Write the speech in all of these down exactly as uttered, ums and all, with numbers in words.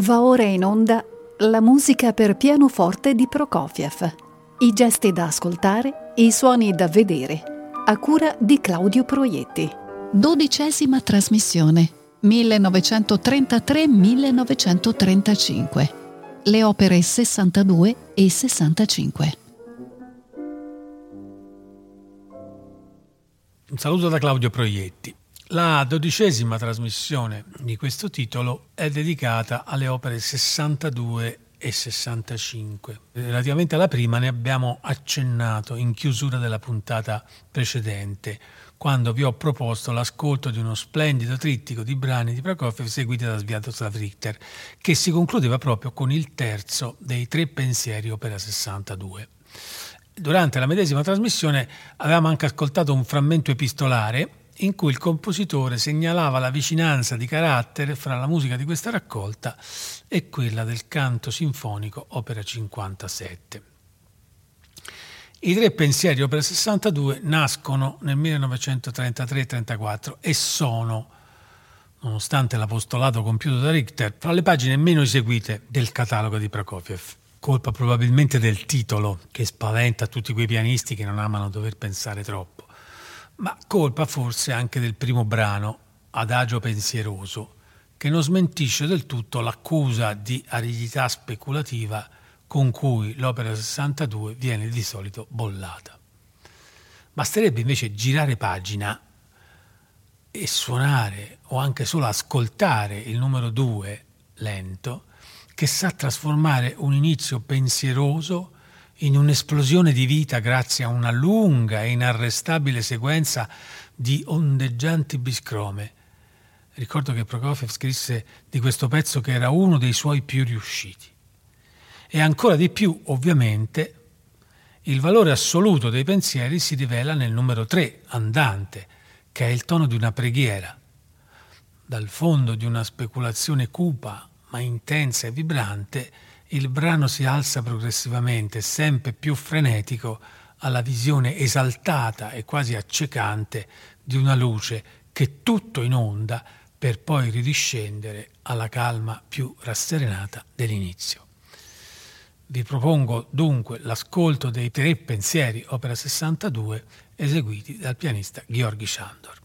Va ora in onda la musica per pianoforte di Prokofiev, i gesti da ascoltare, i suoni da vedere, a cura di Claudio Proietti. Dodicesima trasmissione, millenovecentotrentatré millenovecentotrentacinque. Le opere sessantadue e sessantacinque. Un saluto da Claudio Proietti. La dodicesima trasmissione di questo titolo è dedicata alle opere sessantadue e sessantacinque. Relativamente alla prima ne abbiamo accennato in chiusura della puntata precedente, quando vi ho proposto l'ascolto di uno splendido trittico di brani di Prokofiev seguiti da Sviatoslav Richter, che si concludeva proprio con il terzo dei tre pensieri opera sessantadue. Durante la medesima trasmissione avevamo anche ascoltato un frammento epistolare in cui il compositore segnalava la vicinanza di carattere fra la musica di questa raccolta e quella del canto sinfonico opera cinquantasette. I tre pensieri opera sessantadue nascono nel millenovecentotrentatré trentaquattro e sono, nonostante l'apostolato compiuto da Richter, fra le pagine meno eseguite del catalogo di Prokofiev. Colpa probabilmente del titolo, che spaventa tutti quei pianisti che non amano dover pensare troppo, ma colpa forse anche del primo brano, Adagio pensieroso, che non smentisce del tutto l'accusa di aridità speculativa con cui l'opera sessantadue viene di solito bollata. Basterebbe invece girare pagina e suonare o anche solo ascoltare il numero due lento, che sa trasformare un inizio pensieroso in un'esplosione di vita grazie a una lunga e inarrestabile sequenza di ondeggianti biscrome. Ricordo che Prokofiev scrisse di questo pezzo che era uno dei suoi più riusciti. E ancora di più, ovviamente, il valore assoluto dei pensieri si rivela nel numero tre, andante, che è il tono di una preghiera. Dal fondo di una speculazione cupa, ma intensa e vibrante, il brano si alza progressivamente, sempre più frenetico, alla visione esaltata e quasi accecante di una luce che tutto inonda per poi ridiscendere alla calma più rasserenata dell'inizio. Vi propongo dunque l'ascolto dei tre pensieri opera sessantadue eseguiti dal pianista Georgy Shandor.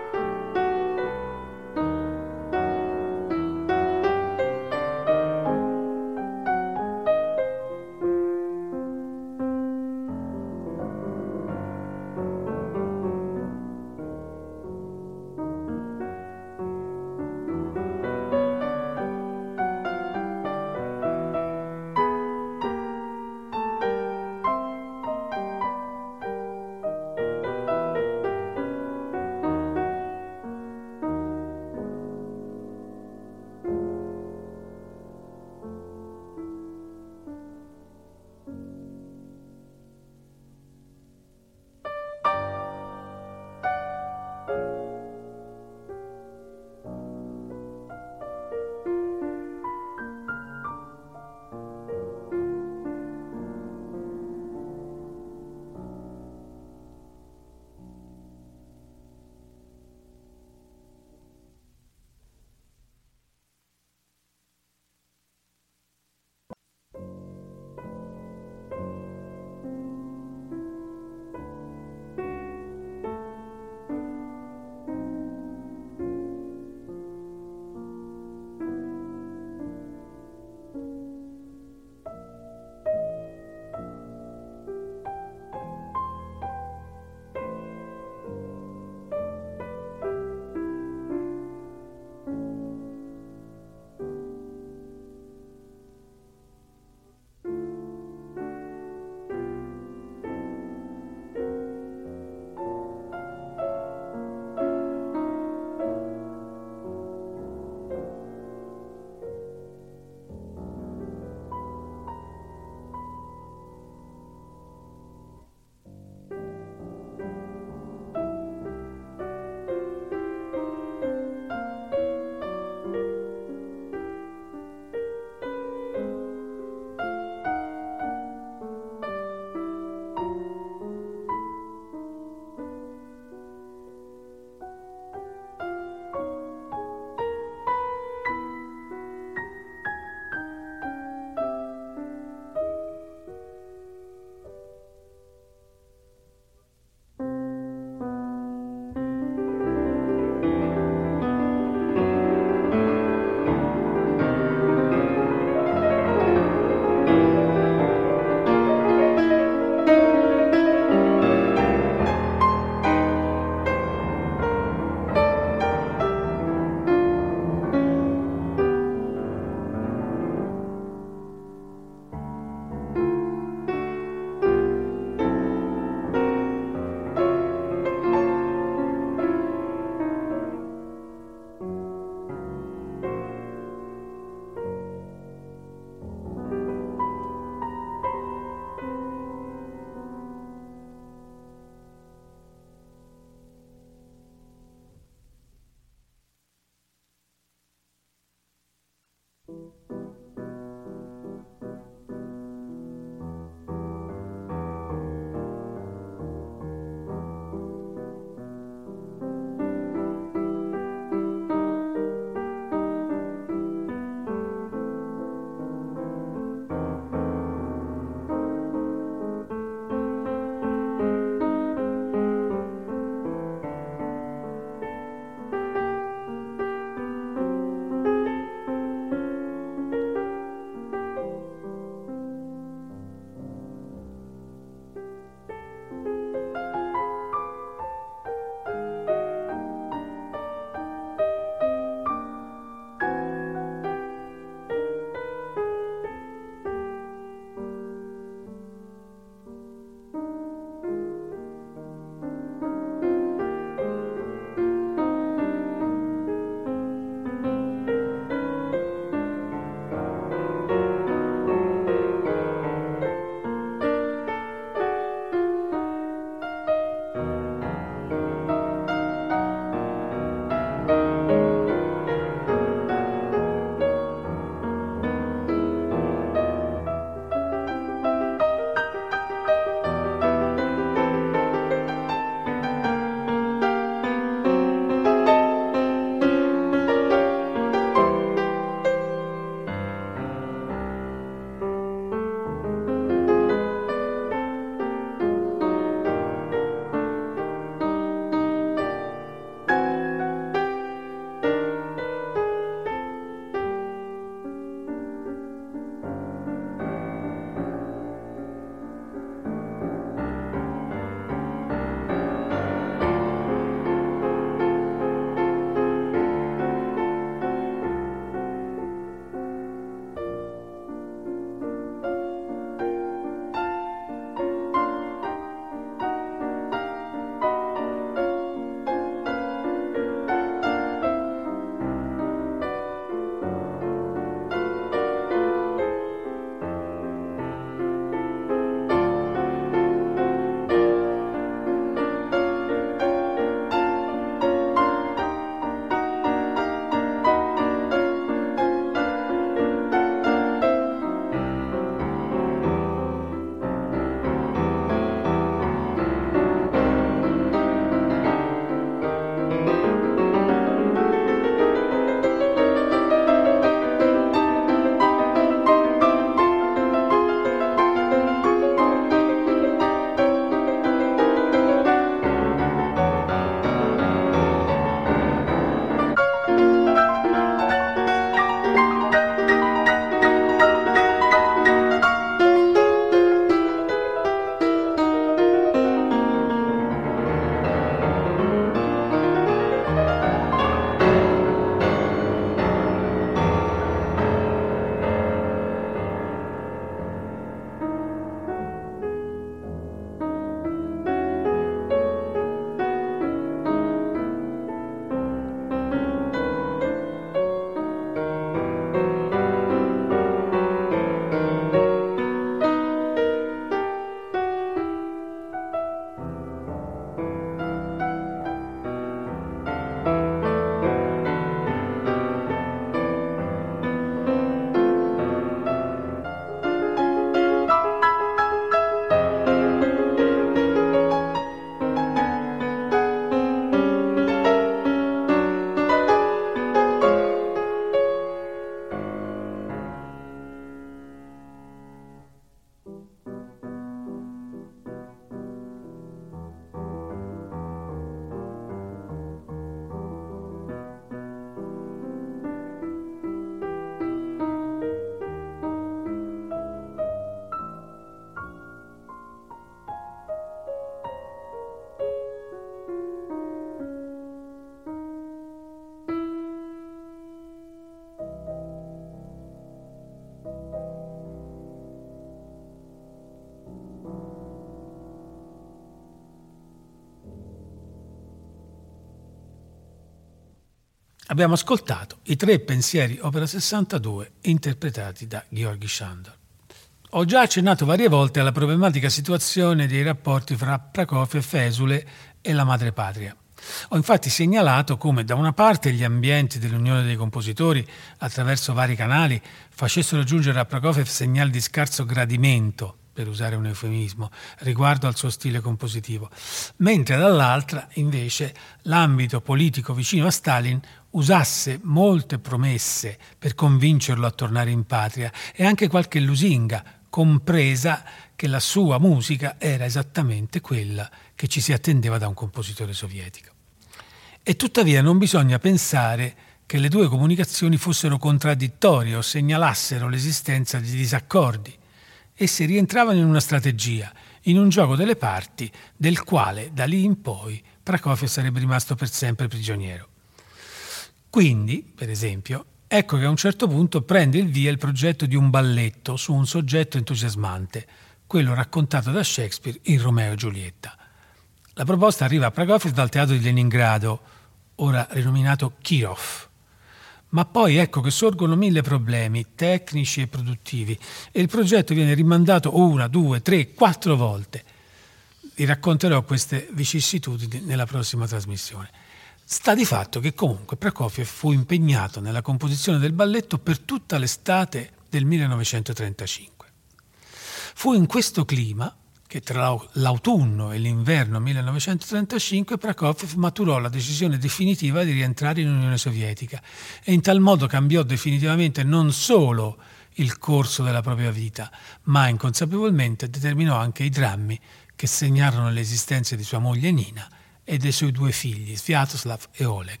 Abbiamo ascoltato i tre pensieri opera sessantadue interpretati da Georgy Schandor. Ho già accennato varie volte alla problematica situazione dei rapporti fra Prokofiev, esule e la madrepatria. Ho infatti segnalato come da una parte gli ambienti dell'Unione dei Compositori, attraverso vari canali, facessero giungere a Prokofiev segnali di scarso gradimento, per usare un eufemismo, riguardo al suo stile compositivo, mentre dall'altra, invece, l'ambito politico vicino a Stalin usasse molte promesse per convincerlo a tornare in patria e anche qualche lusinga, compresa che la sua musica era esattamente quella che ci si attendeva da un compositore sovietico. E tuttavia non bisogna pensare che le due comunicazioni fossero contraddittorie o segnalassero l'esistenza di disaccordi. Esse rientravano in una strategia, in un gioco delle parti del quale da lì in poi Prokofiev sarebbe rimasto per sempre prigioniero. Quindi, per esempio, ecco che a un certo punto prende il via il progetto di un balletto su un soggetto entusiasmante, quello raccontato da Shakespeare in Romeo e Giulietta. La proposta arriva a Prokofiev dal teatro di Leningrado, ora rinominato Kirov. Ma poi ecco che sorgono mille problemi tecnici e produttivi e il progetto viene rimandato una, due, tre, quattro volte. Vi racconterò queste vicissitudini nella prossima trasmissione. Sta di fatto che comunque Prokofiev fu impegnato nella composizione del balletto per tutta l'estate del millenovecentotrentacinque. Fu in questo clima che tra l'autunno e l'inverno millenovecentotrentacinque Prokofiev maturò la decisione definitiva di rientrare in Unione Sovietica e in tal modo cambiò definitivamente non solo il corso della propria vita, ma inconsapevolmente determinò anche i drammi che segnarono le esistenze di sua moglie Nina e dei suoi due figli, Sviatoslav e Oleg.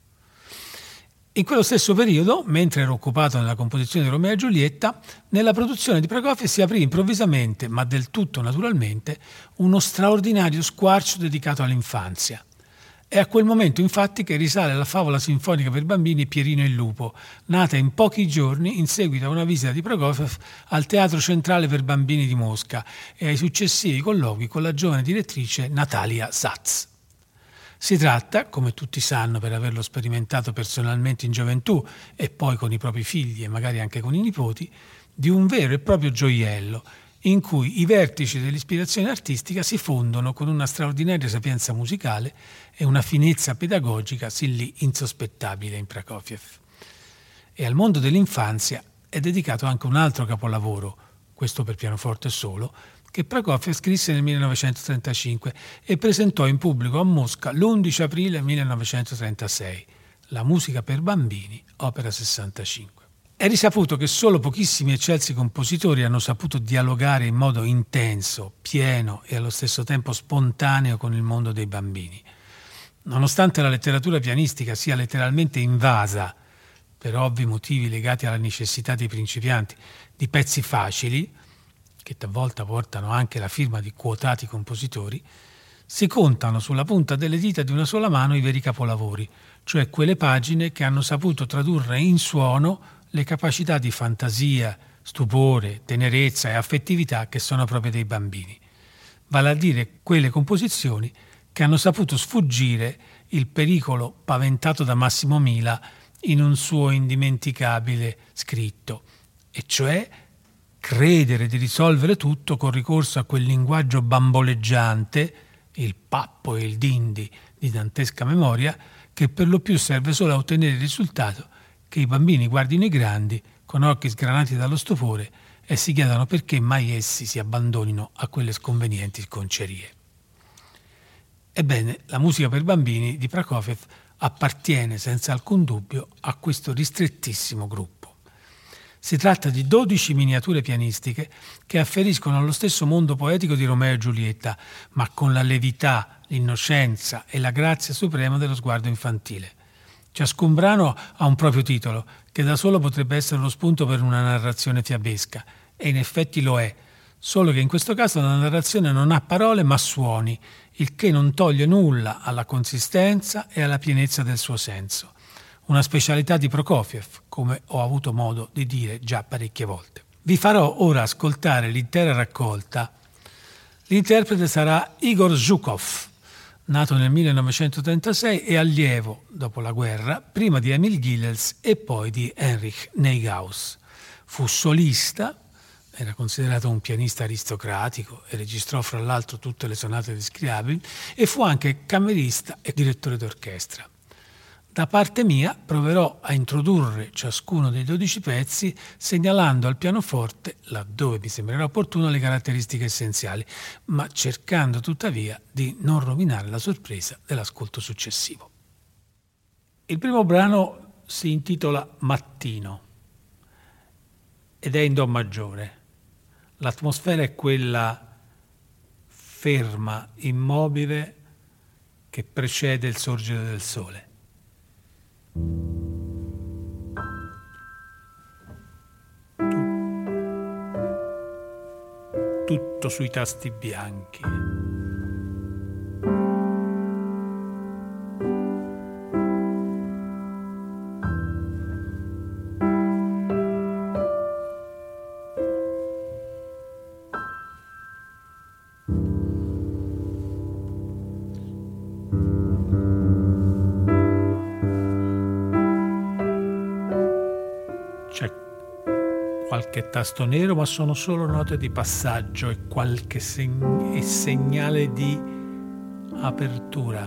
In quello stesso periodo, mentre era occupato nella composizione di Romeo e Giulietta, nella produzione di Prokofiev si aprì improvvisamente, ma del tutto naturalmente, uno straordinario squarcio dedicato all'infanzia. È a quel momento, infatti, che risale la favola sinfonica per bambini Pierino il Lupo, nata in pochi giorni in seguito a una visita di Prokofiev al Teatro Centrale per Bambini di Mosca e ai successivi colloqui con la giovane direttrice Natalia Satz. Si tratta, come tutti sanno per averlo sperimentato personalmente in gioventù e poi con i propri figli e magari anche con i nipoti, di un vero e proprio gioiello in cui i vertici dell'ispirazione artistica si fondono con una straordinaria sapienza musicale e una finezza pedagogica sin lì insospettabile in Prokofiev. E al mondo dell'infanzia è dedicato anche un altro capolavoro, questo per pianoforte solo, che Prokofiev scrisse nel millenovecentotrentacinque e presentò in pubblico a Mosca l'undici aprile millenovecentotrentasei, La musica per bambini, opera sessantacinque. È risaputo che solo pochissimi eccelsi compositori hanno saputo dialogare in modo intenso, pieno e allo stesso tempo spontaneo con il mondo dei bambini. Nonostante la letteratura pianistica sia letteralmente invasa, per ovvi motivi legati alla necessità dei principianti, di pezzi facili, che talvolta portano anche la firma di quotati compositori, si contano sulla punta delle dita di una sola mano i veri capolavori, cioè quelle pagine che hanno saputo tradurre in suono le capacità di fantasia, stupore, tenerezza e affettività che sono proprie dei bambini. Vale a dire quelle composizioni che hanno saputo sfuggire il pericolo paventato da Massimo Mila in un suo indimenticabile scritto, e cioè credere di risolvere tutto con ricorso a quel linguaggio bamboleggiante, il pappo e il dindi di dantesca memoria, che per lo più serve solo a ottenere il risultato che i bambini guardino i grandi con occhi sgranati dallo stupore e si chiedano perché mai essi si abbandonino a quelle sconvenienti concerie. Ebbene, la musica per bambini di Prokofiev appartiene senza alcun dubbio a questo ristrettissimo gruppo. Si tratta di dodici miniature pianistiche che afferiscono allo stesso mondo poetico di Romeo e Giulietta, ma con la levità, l'innocenza e la grazia suprema dello sguardo infantile. Ciascun brano ha un proprio titolo, che da solo potrebbe essere lo spunto per una narrazione fiabesca, e in effetti lo è, solo che in questo caso la narrazione non ha parole ma suoni, il che non toglie nulla alla consistenza e alla pienezza del suo senso. Una specialità di Prokofiev, come ho avuto modo di dire già parecchie volte. Vi farò ora ascoltare l'intera raccolta. L'interprete sarà Igor Zhukov, nato nel millenovecentotrentasei, è allievo, dopo la guerra, prima di Emil Gilels e poi di Heinrich Neuhaus. Fu solista, era considerato un pianista aristocratico e registrò fra l'altro tutte le sonate di Scriabin, e fu anche cammerista e direttore d'orchestra. Da parte mia proverò a introdurre ciascuno dei dodici pezzi segnalando al pianoforte, laddove mi sembrerà opportuno, le caratteristiche essenziali, ma cercando tuttavia di non rovinare la sorpresa dell'ascolto successivo. Il primo brano si intitola Mattino ed è in Do maggiore. L'atmosfera è quella ferma, immobile, che precede il sorgere del sole. Tutto sui tasti bianchi. Qualche tasto nero, ma sono solo note di passaggio e qualche seg- e segnale di apertura.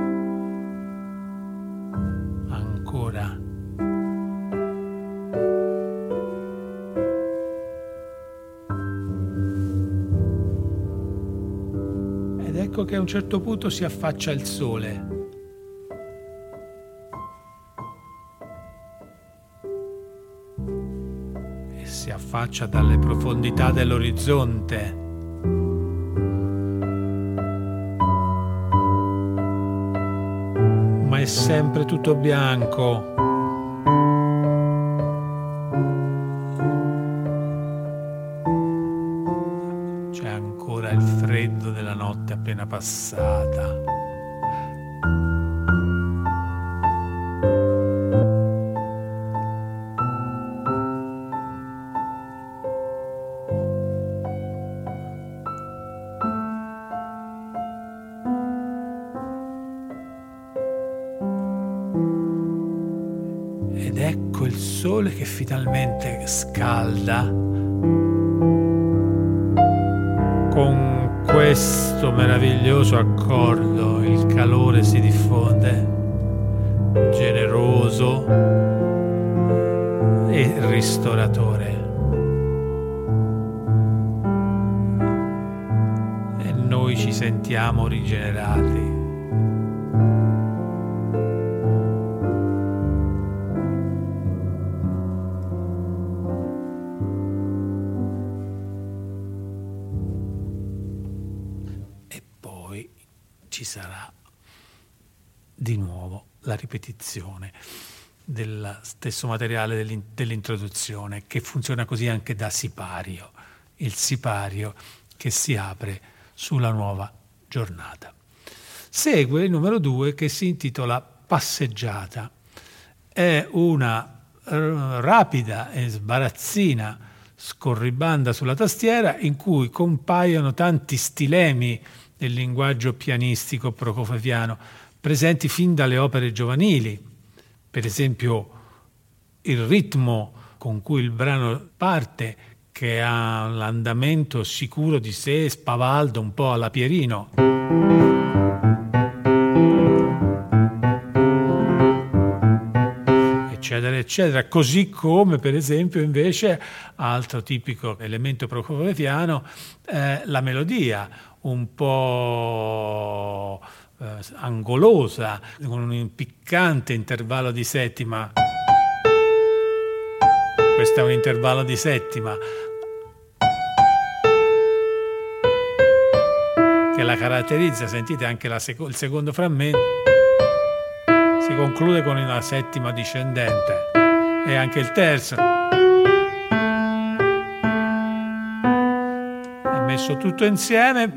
Ancora. Ed ecco che a un certo punto si affaccia il sole. Si affaccia dalle profondità dell'orizzonte. Ma è sempre tutto bianco. C'è ancora il freddo della notte appena passata. Ed ecco il sole che finalmente scalda con questo meraviglioso accordo. Il calore si diffonde, generoso e ristoratore. E noi ci sentiamo rigenerati. Ci sarà di nuovo la ripetizione del stesso materiale dell'in- dell'introduzione, che funziona così anche da sipario, il sipario che si apre sulla nuova giornata. Segue il numero due, che si intitola Passeggiata. È una r- rapida e sbarazzina scorribanda sulla tastiera in cui compaiono tanti stilemi del linguaggio pianistico prokofieviano, presenti fin dalle opere giovanili. Per esempio il ritmo con cui il brano parte, che ha l'andamento sicuro di sé, spavaldo, un po' alla Pierino. Eccetera, eccetera. Così come, per esempio, invece, altro tipico elemento prokofieviano, eh, la melodia, un po' eh, angolosa, con un impiccante intervallo di settima. Questo è un intervallo di settima che la caratterizza. Sentite anche la sec- il secondo frammento si conclude con una settima discendente, e anche il terzo è messo tutto insieme.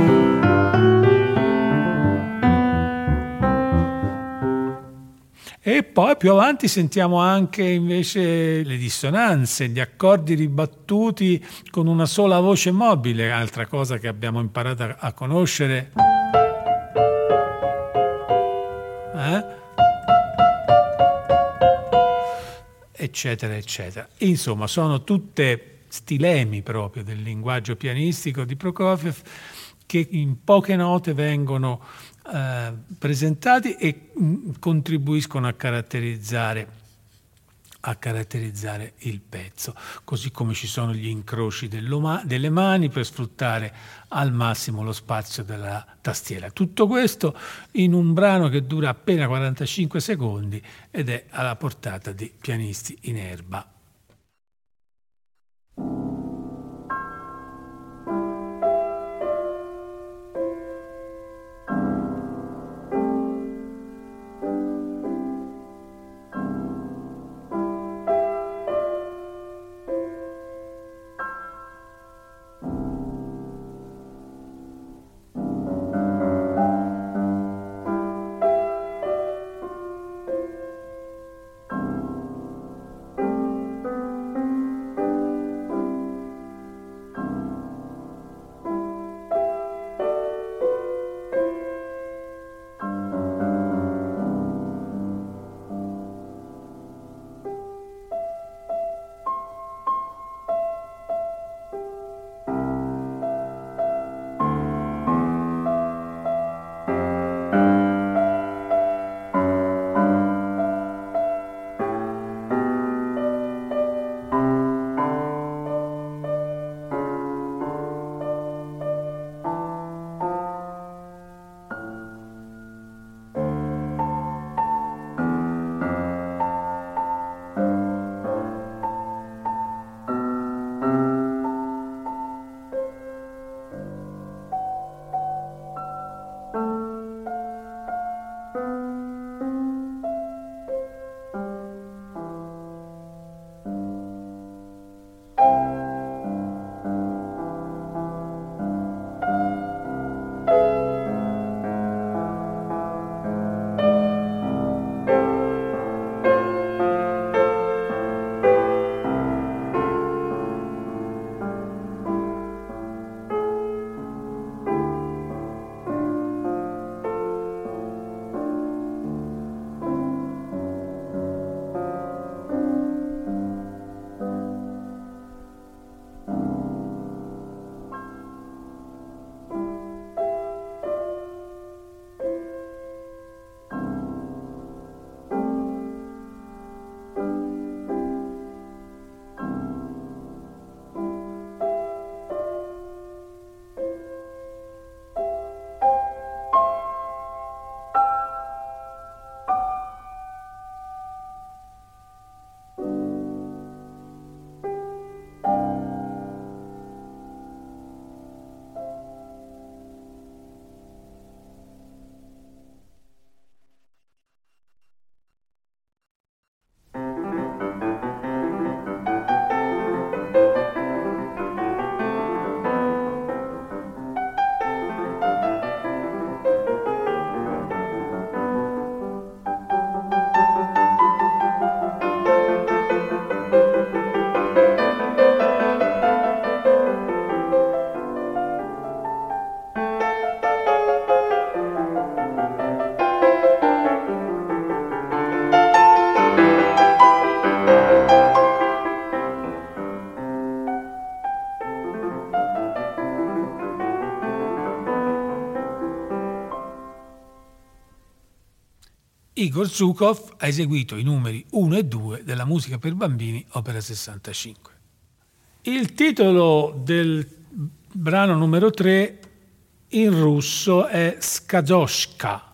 E E poi più avanti sentiamo anche invece le dissonanze, gli accordi ribattuti con una sola voce mobile, altra cosa che abbiamo imparato a, a conoscere. Eh? Eccetera, eccetera. Insomma, sono tutte stilemi proprio del linguaggio pianistico di Prokofiev che in poche note vengono Eh, presentati e mh, contribuiscono a caratterizzare a caratterizzare il pezzo, così come ci sono gli incroci delle mani per sfruttare al massimo lo spazio della tastiera. Tutto questo in un brano che dura appena quarantacinque secondi ed è alla portata di pianisti in erba. Igor Zhukov ha eseguito i numeri uno e due della Musica per bambini, opera sessantacinque. Il titolo del brano numero tre in russo è Skadoshka.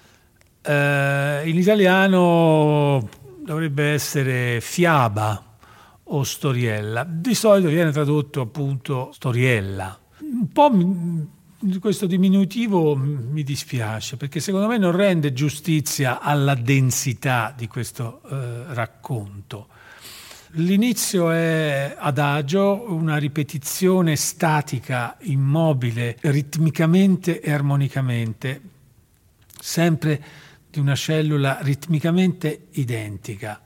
Eh, in italiano dovrebbe essere fiaba o storiella. Di solito viene tradotto appunto storiella. Un po' mi, questo diminutivo mi dispiace, perché secondo me non rende giustizia alla densità di questo eh, racconto. L'inizio è adagio, una ripetizione statica, immobile, ritmicamente e armonicamente, sempre di una cellula ritmicamente identica.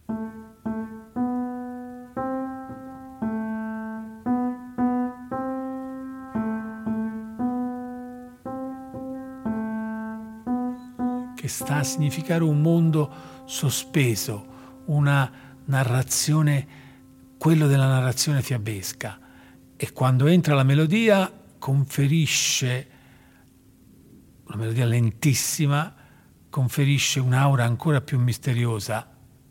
Che sta a significare un mondo sospeso, una narrazione, quello della narrazione fiabesca. E quando entra la melodia conferisce, una melodia lentissima, conferisce un'aura ancora più misteriosa.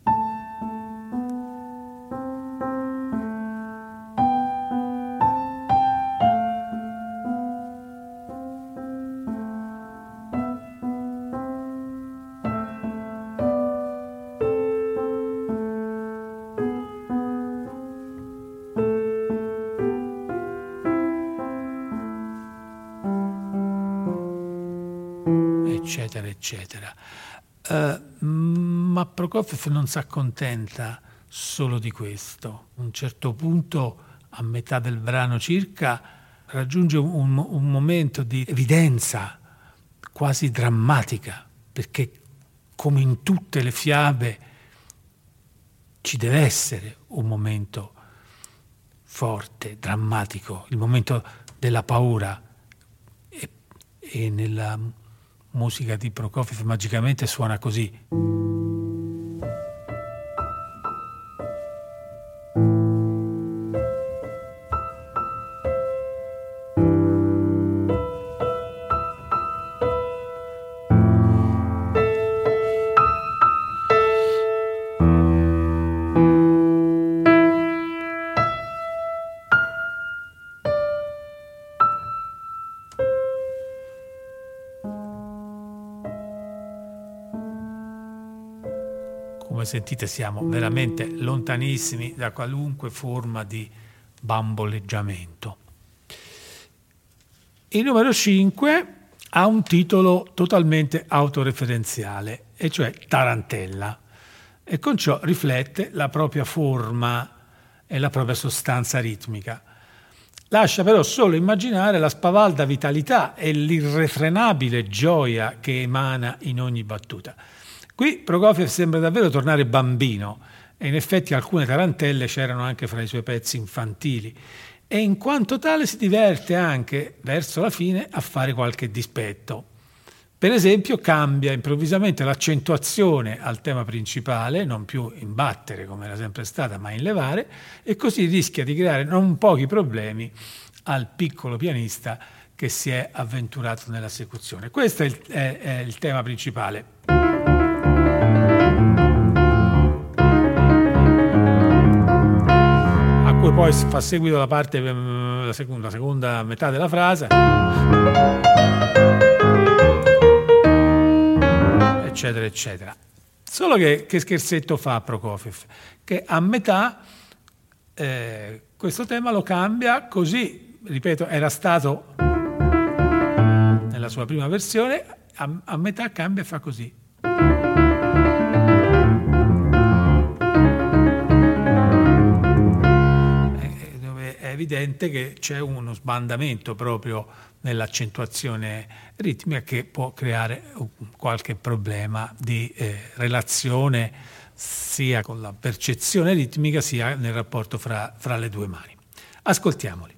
Eccetera, eccetera. Uh, ma Prokofiev non si accontenta solo di questo. A un certo punto, a metà del brano circa, raggiunge un, un momento di evidenza quasi drammatica, perché come in tutte le fiabe ci deve essere un momento forte, drammatico, il momento della paura, e, e nella musica di Prokofiev magicamente suona così. Come sentite siamo veramente lontanissimi da qualunque forma di bamboleggiamento. Il numero cinque ha un titolo totalmente autoreferenziale, e cioè Tarantella, e con ciò riflette la propria forma e la propria sostanza ritmica. Lascia però solo immaginare la spavalda vitalità e l'irrefrenabile gioia che emana in ogni battuta. Qui Prokofiev sembra davvero tornare bambino, e in effetti alcune tarantelle c'erano anche fra i suoi pezzi infantili, e in quanto tale si diverte anche, verso la fine, a fare qualche dispetto. Per esempio cambia improvvisamente l'accentuazione al tema principale, non più in battere come era sempre stata, ma in levare, e così rischia di creare non pochi problemi al piccolo pianista che si è avventurato nell'esecuzione. Questo è il, è, è il tema principale. A cui poi fa seguito la parte, la seconda, la seconda metà della frase, eccetera, eccetera. Solo che, che scherzetto fa Prokofiev? Che a metà eh, questo tema lo cambia così, ripeto, era stato nella sua prima versione, a, a metà cambia e fa così. È evidente che c'è uno sbandamento proprio nell'accentuazione ritmica che può creare qualche problema di eh, relazione sia con la percezione ritmica sia nel rapporto fra, fra le due mani. Ascoltiamoli.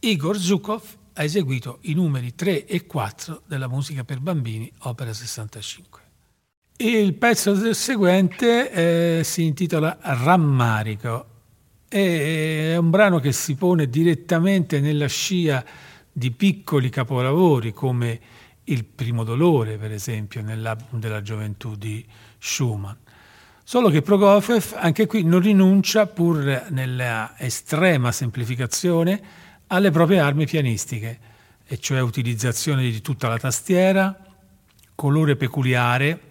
Igor Zhukov ha eseguito i numeri tre e quattro della Musica per bambini, opera sessantacinque. Il pezzo seguente eh, si intitola Rammarico. È un brano che si pone direttamente nella scia di piccoli capolavori come Il primo dolore, per esempio, nell'album della gioventù di Schumann. Solo che Prokofiev anche qui non rinuncia, pur nella estrema semplificazione, alle proprie armi pianistiche, e cioè utilizzazione di tutta la tastiera, colore peculiare.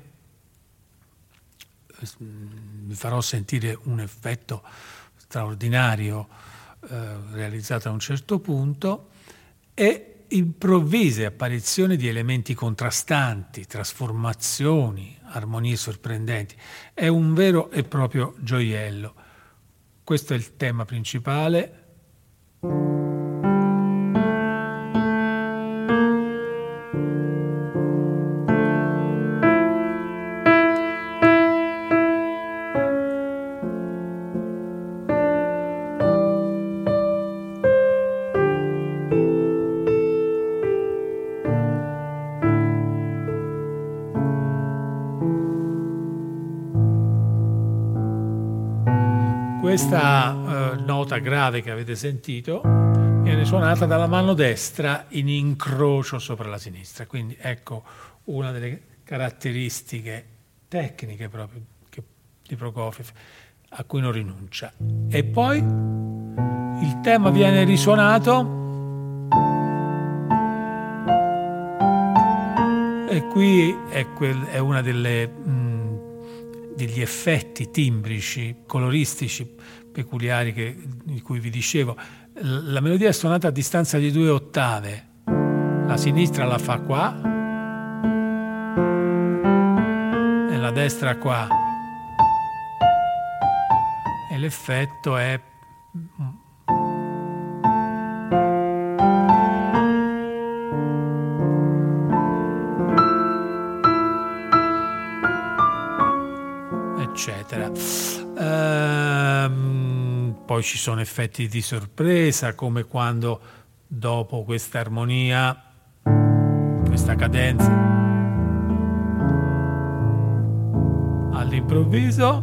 Vi farò sentire un effetto straordinario eh, realizzato a un certo punto, e improvvise apparizioni di elementi contrastanti, trasformazioni, armonie sorprendenti. È un vero e proprio gioiello. Questo è il tema principale. Questa eh, nota grave che avete sentito viene suonata dalla mano destra in incrocio sopra la sinistra, quindi ecco una delle caratteristiche tecniche proprio che, di Prokofiev, a cui non rinuncia. E poi il tema viene risuonato, e qui è, quel, è una delle mh, degli effetti timbrici, coloristici peculiari che, di cui vi dicevo. La melodia è suonata a distanza di due ottave. La sinistra la fa qua e la destra qua, e l'effetto è eccetera. Ehm, poi ci sono effetti di sorpresa, come quando dopo questa armonia, questa cadenza, all'improvviso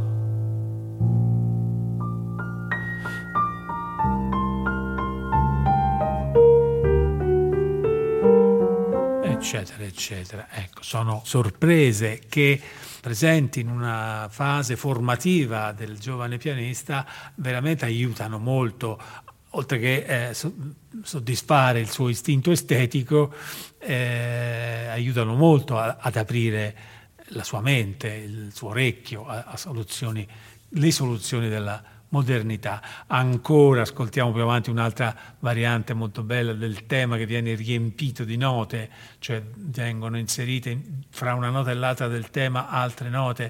eccetera eccetera. Ecco, sono sorprese che, presenti in una fase formativa del giovane pianista, veramente aiutano molto, oltre che eh, soddisfare il suo istinto estetico, eh, aiutano molto a, ad aprire la sua mente, il suo orecchio a, a soluzioni, le soluzioni della modernità. Ancora ascoltiamo più avanti un'altra variante molto bella del tema, che viene riempito di note, cioè vengono inserite fra una nota e l'altra del tema altre note.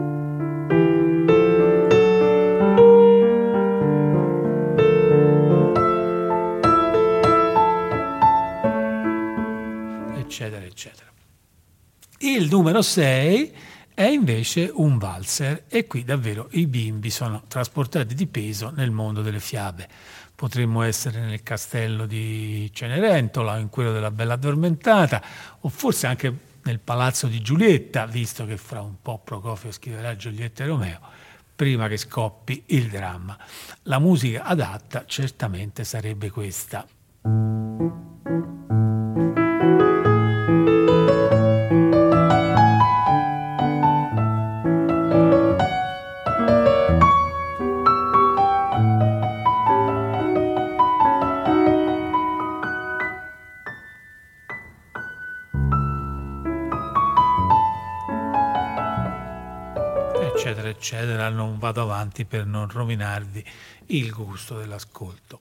Eccetera, eccetera. Il numero sei è invece un valzer, e qui davvero i bimbi sono trasportati di peso nel mondo delle fiabe. Potremmo essere nel castello di Cenerentola, in quello della Bella Addormentata, o forse anche nel palazzo di Giulietta, visto che fra un po' Prokofiev scriverà Giulietta e Romeo, prima che scoppi il dramma. La musica adatta certamente sarebbe questa. Eccetera, eccetera. Non vado avanti per non rovinarvi il gusto dell'ascolto.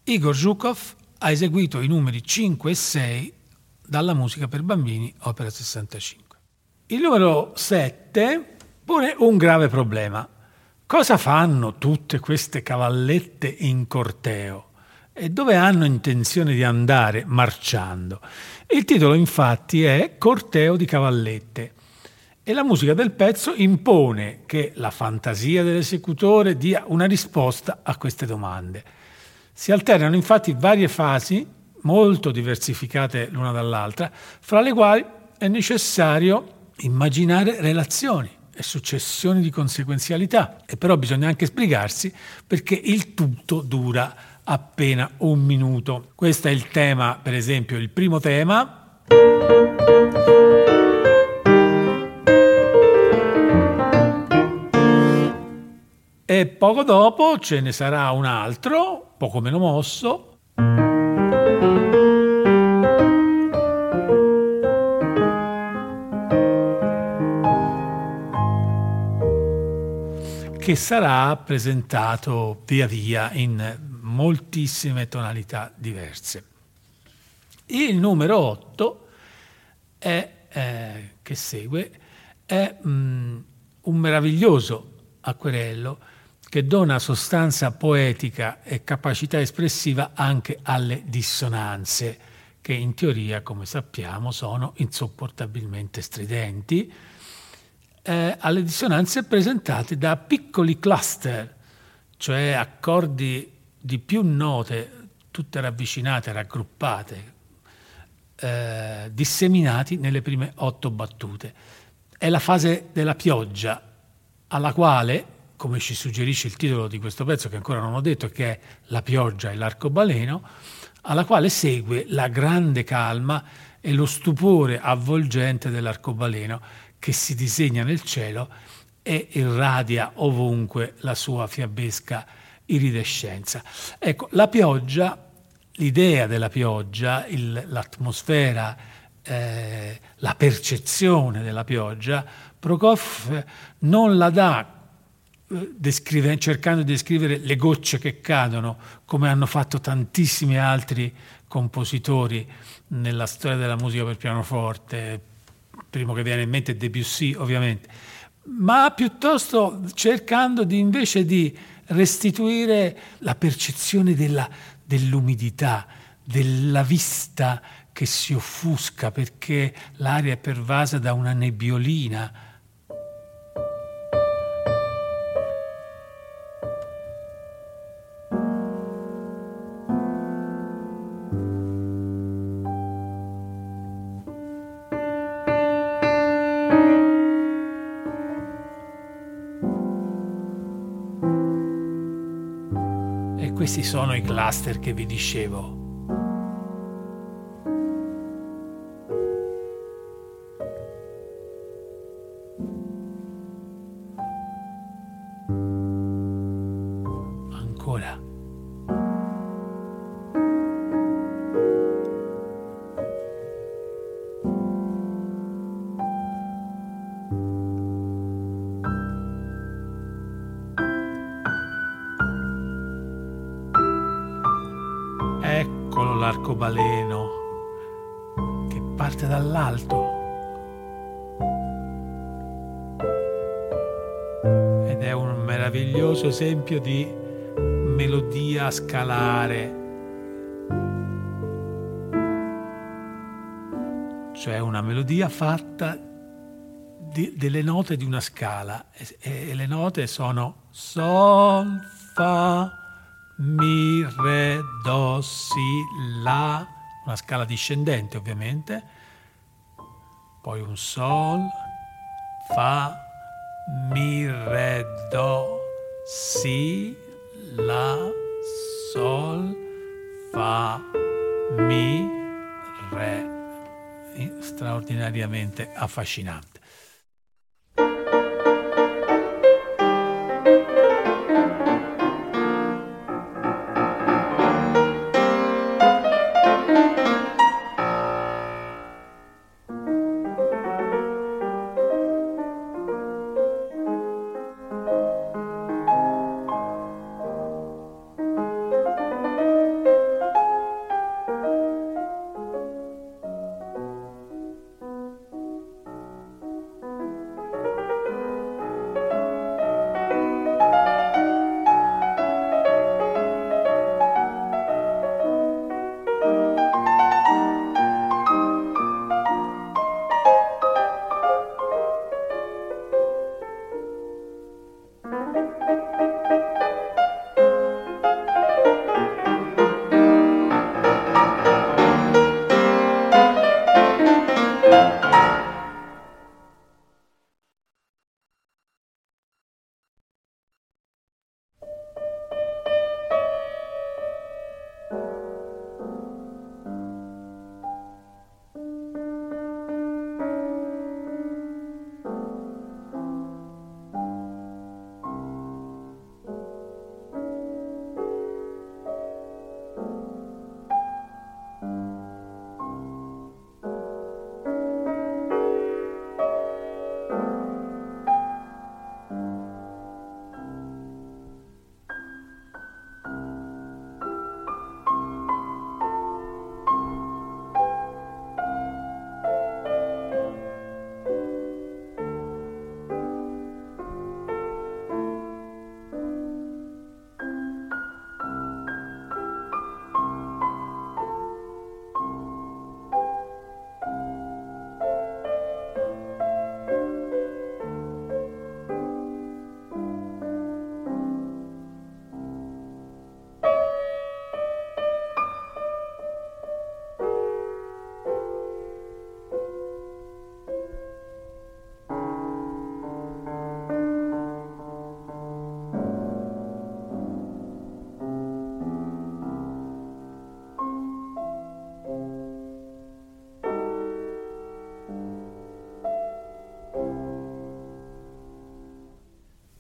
Igor Zhukov ha eseguito i numeri cinque e sei dalla Musica per bambini, opera sessantacinque. Il numero sette pone un grave problema. Cosa fanno tutte queste cavallette in corteo? E dove hanno intenzione di andare marciando? Il titolo infatti è Corteo di cavallette e la musica del pezzo impone che la fantasia dell'esecutore dia una risposta a queste domande. Si alternano infatti varie fasi molto diversificate l'una dall'altra, fra le quali è necessario immaginare relazioni e successioni di conseguenzialità, e però bisogna anche spiegarsi perché il tutto dura appena un minuto. Questo è il tema, per esempio, il primo tema. E poco dopo ce ne sarà un altro, poco meno mosso, che sarà presentato via via in moltissime tonalità diverse. Il numero otto è, eh, che segue è mh, un meraviglioso acquerello che dona sostanza poetica e capacità espressiva anche alle dissonanze, che in teoria, come sappiamo, sono insopportabilmente stridenti, eh, alle dissonanze presentate da piccoli cluster, cioè accordi di più note, tutte ravvicinate, raggruppate, eh, disseminati nelle prime otto battute. È la fase della pioggia, alla quale, come ci suggerisce il titolo di questo pezzo, che ancora non ho detto, che è La pioggia e l'arcobaleno, alla quale segue la grande calma e lo stupore avvolgente dell'arcobaleno che si disegna nel cielo e irradia ovunque la sua fiabesca iridescenza. Ecco, la pioggia, l'idea della pioggia, il, l'atmosfera, eh, la percezione della pioggia, Prokofiev non la dà Descrive, cercando di descrivere le gocce che cadono, come hanno fatto tantissimi altri compositori nella storia della musica per pianoforte. Il primo che viene in mente è Debussy, ovviamente, ma piuttosto cercando di, invece di restituire la percezione della, dell'umidità, della vista che si offusca perché l'aria è pervasa da una nebbiolina. Questi sono i cluster che vi dicevo. Ancora. Eccolo l'arcobaleno che parte dall'alto ed è un meraviglioso esempio di melodia scalare, cioè una melodia fatta di, delle note di una scala e, e le note sono Sol, Fa, Mi, Re, Do, Si, La, una scala discendente ovviamente, poi un Sol, Fa, Mi, Re, Do, Si, La, Sol, Fa, Mi, Re. Straordinariamente affascinante.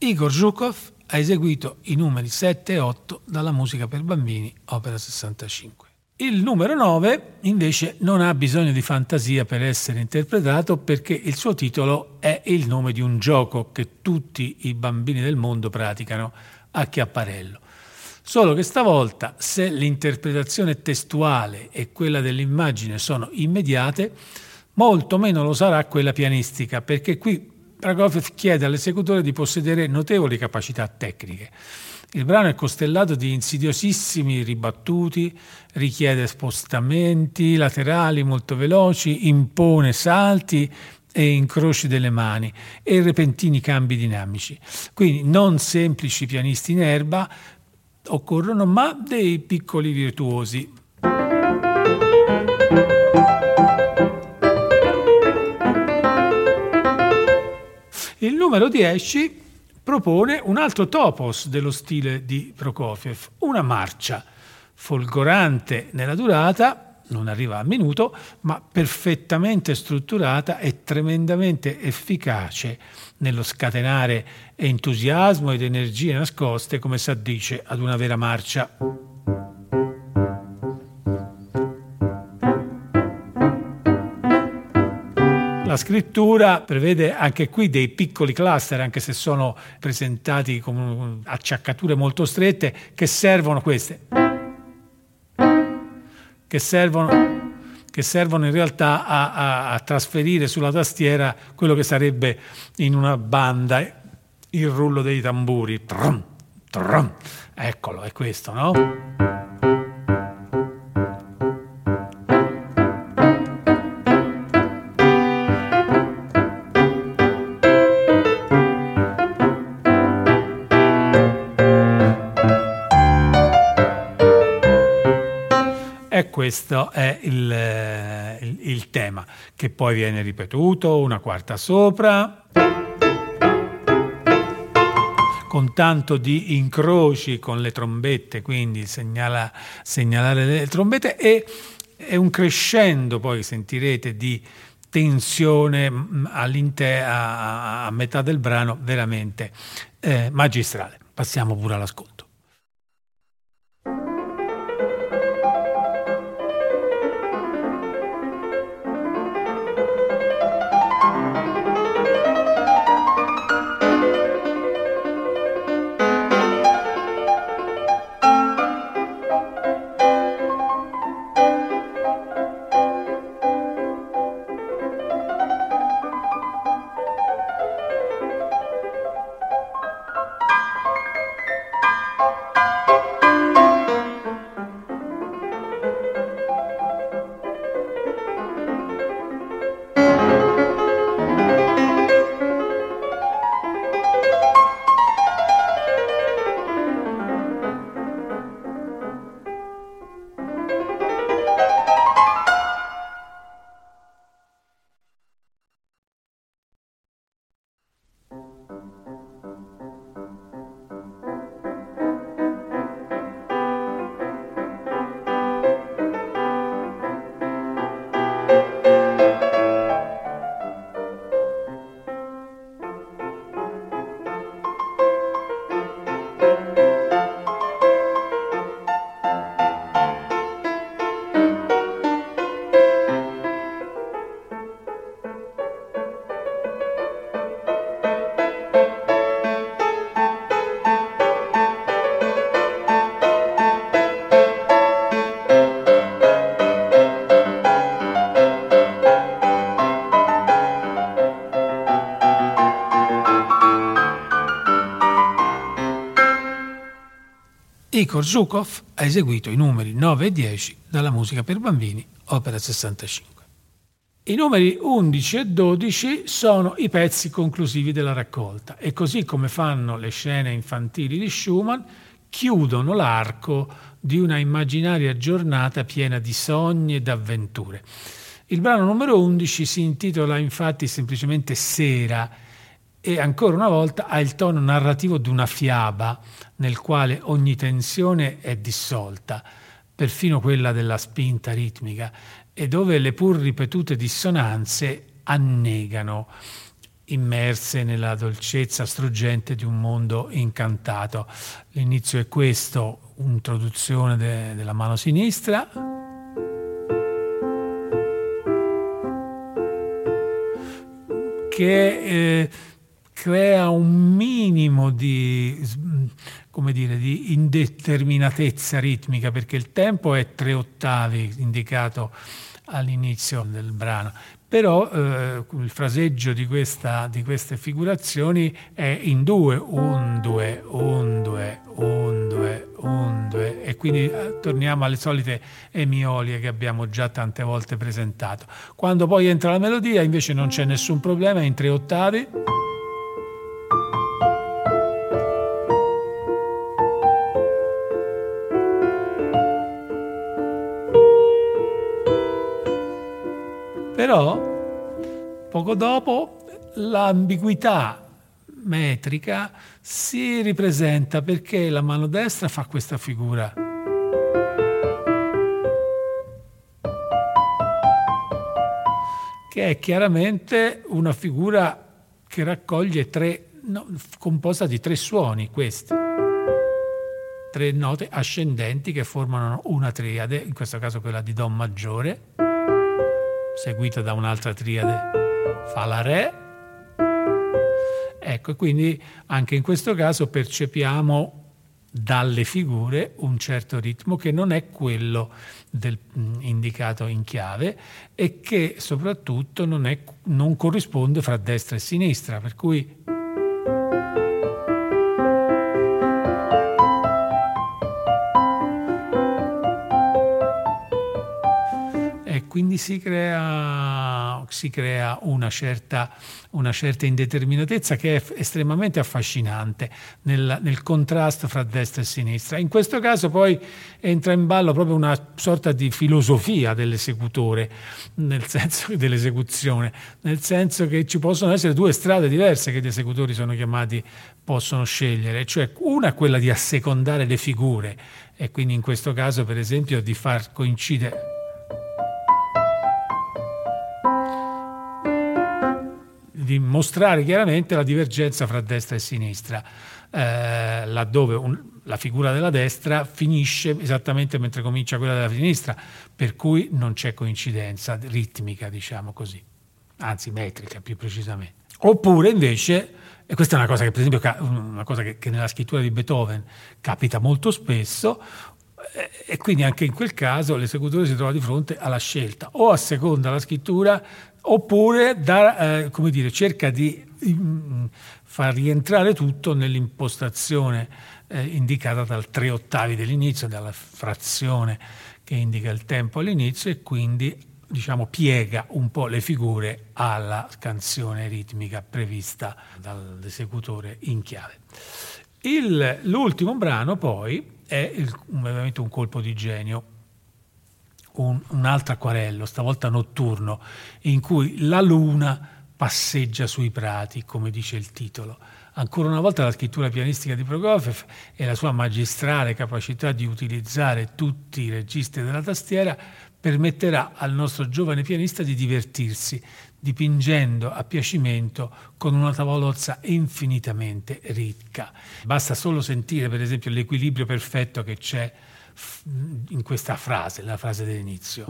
Igor Zhukov ha eseguito i numeri sette e otto dalla Musica per bambini, opera sessantacinque. Il numero nove invece non ha bisogno di fantasia per essere interpretato, perché il suo titolo è il nome di un gioco che tutti i bambini del mondo praticano a Chiapparello. Solo che stavolta, se l'interpretazione testuale e quella dell'immagine sono immediate, molto meno lo sarà quella pianistica, perché qui Prokofiev chiede all'esecutore di possedere notevoli capacità tecniche. Il brano è costellato di insidiosissimi ribattuti, richiede spostamenti laterali molto veloci, impone salti e incroci delle mani e repentini cambi dinamici. Quindi non semplici pianisti in erba occorrono, ma dei piccoli virtuosi. Il numero dieci propone un altro topos dello stile di Prokofiev, una marcia folgorante nella durata, non arriva a minuto, ma perfettamente strutturata e tremendamente efficace nello scatenare entusiasmo ed energie nascoste, come si addice ad una vera marcia. La scrittura prevede anche qui dei piccoli cluster, anche se sono presentati come acciaccature molto strette, che servono queste, che servono, che servono in realtà a, a, a trasferire sulla tastiera quello che sarebbe in una banda il rullo dei tamburi. Trum, trum. Eccolo, è questo, no? E questo è il, il, il tema, che poi viene ripetuto una quarta sopra, con tanto di incroci con le trombette, quindi segnala, segnalare le trombette, e è un crescendo, poi sentirete, di tensione a, a metà del brano, veramente eh, magistrale. Passiamo pure all'ascolto. Igor Zhukov ha eseguito i numeri nove e dieci dalla Musica per bambini, opera sessantacinque. I numeri undici e dodici sono i pezzi conclusivi della raccolta e, così come fanno le scene infantili di Schumann, chiudono l'arco di una immaginaria giornata piena di sogni ed avventure. Il brano numero undici si intitola infatti semplicemente Sera e ancora una volta ha il tono narrativo di una fiaba nel quale ogni tensione è dissolta, perfino quella della spinta ritmica, e dove le pur ripetute dissonanze annegano immerse nella dolcezza struggente di un mondo incantato. L'inizio è questo, un'introduzione de- della mano sinistra, che eh, crea un minimo di, come dire, di indeterminatezza ritmica, perché il tempo è tre ottavi indicato all'inizio del brano, però eh, il fraseggio di, questa, di queste figurazioni è in due, un, due, un, due, un, due, un, due, e quindi eh, torniamo alle solite emiolie che abbiamo già tante volte presentato. Quando poi entra la melodia invece non c'è nessun problema, è in tre ottavi. Però poco dopo l'ambiguità metrica si ripresenta, perché la mano destra fa questa figura che è chiaramente una figura che raccoglie tre, no, composta di tre suoni, questi tre note ascendenti che formano una triade, in questo caso quella di Do maggiore, seguita da un'altra triade, Fa la Re. Ecco, e quindi anche in questo caso percepiamo dalle figure un certo ritmo che non è quello del, mh, indicato in chiave, e che soprattutto non, è, non corrisponde fra destra e sinistra, per cui quindi si crea, si crea una, certa, una certa indeterminatezza che è estremamente affascinante nel, nel contrasto fra destra e sinistra. In questo caso poi entra in ballo proprio una sorta di filosofia dell'esecutore, nel senso dell'esecuzione, nel senso che ci possono essere due strade diverse che gli esecutori sono chiamati, possono scegliere, cioè una è quella di assecondare le figure, e quindi in questo caso per esempio di far coincidere di mostrare chiaramente la divergenza fra destra e sinistra, eh, laddove un, la figura della destra finisce esattamente mentre comincia quella della sinistra, per cui non c'è coincidenza ritmica, diciamo così, anzi metrica più precisamente. Oppure invece, e questa è una cosa che per esempio una cosa che, che nella scrittura di Beethoven capita molto spesso, e quindi anche in quel caso l'esecutore si trova di fronte alla scelta: o asseconda la scrittura, oppure da, eh, come dire, cerca di mh, far rientrare tutto nell'impostazione eh, indicata dal tre ottavi dell'inizio, dalla frazione che indica il tempo all'inizio, e quindi diciamo piega un po' le figure alla canzone ritmica prevista dall'esecutore in chiave. Il, l'ultimo brano poi è il, veramente un colpo di genio, un, un altro acquarello, stavolta notturno, in cui la luna passeggia sui prati, come dice il titolo. Ancora una volta la scrittura pianistica di Prokofiev e la sua magistrale capacità di utilizzare tutti i registri della tastiera permetterà al nostro giovane pianista di divertirsi, dipingendo a piacimento con una tavolozza infinitamente ricca. Basta solo sentire, per esempio, l'equilibrio perfetto che c'è in questa frase, la frase dell'inizio.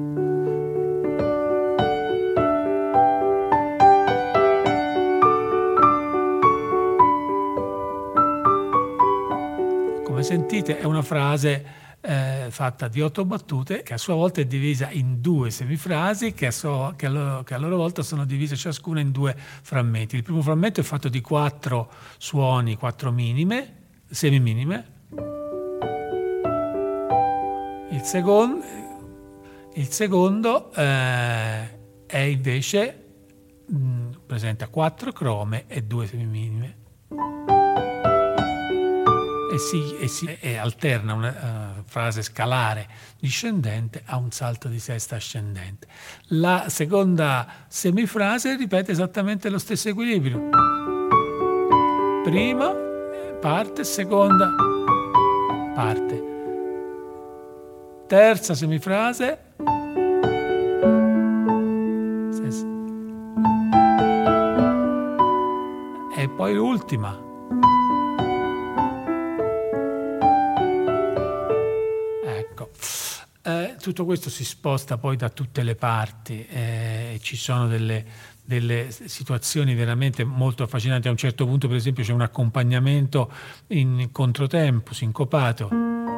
Come sentite, è una frase Eh, fatta di otto battute, che a sua volta è divisa in due semifrasi che a, so, che, a loro, che a loro volta sono divise ciascuna in due frammenti. Il primo frammento è fatto di quattro suoni, quattro minime, semiminime. Il secondo, il secondo eh, è invece mh, presenta quattro crome e due semiminime. E, si, e, si, e alterna una uh, frase scalare discendente a un salto di sesta ascendente. La seconda semifrase ripete esattamente lo stesso equilibrio. Prima parte, seconda parte. Terza semifrase. poi l'ultima. Ecco, eh, tutto questo si sposta poi da tutte le parti, eh, ci sono delle, delle situazioni veramente molto affascinanti. A un certo punto, per esempio, c'è un accompagnamento in controtempo, sincopato,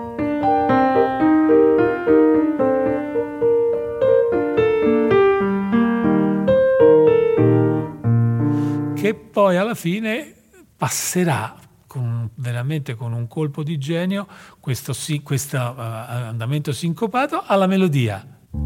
che poi alla fine passerà con, veramente con un colpo di genio, questo, questo uh, andamento sincopato alla melodia.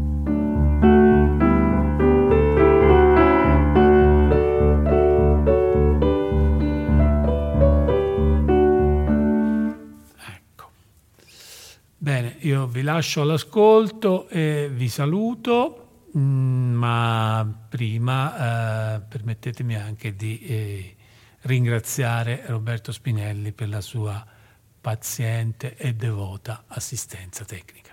Ecco. Bene, io vi lascio all'ascolto e vi saluto, ma prima eh, permettetemi anche di eh, ringraziare Roberto Spinelli per la sua paziente e devota assistenza tecnica.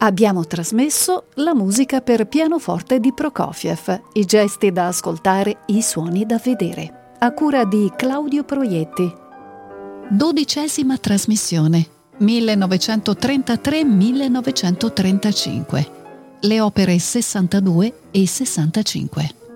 Abbiamo trasmesso la musica per pianoforte di Prokofiev, i gesti da ascoltare, i suoni da vedere, a cura di Claudio Proietti. Dodicesima trasmissione, millenovecentotrentatré millenovecentotrentacinque. Le opere sessantadue e sessantacinque.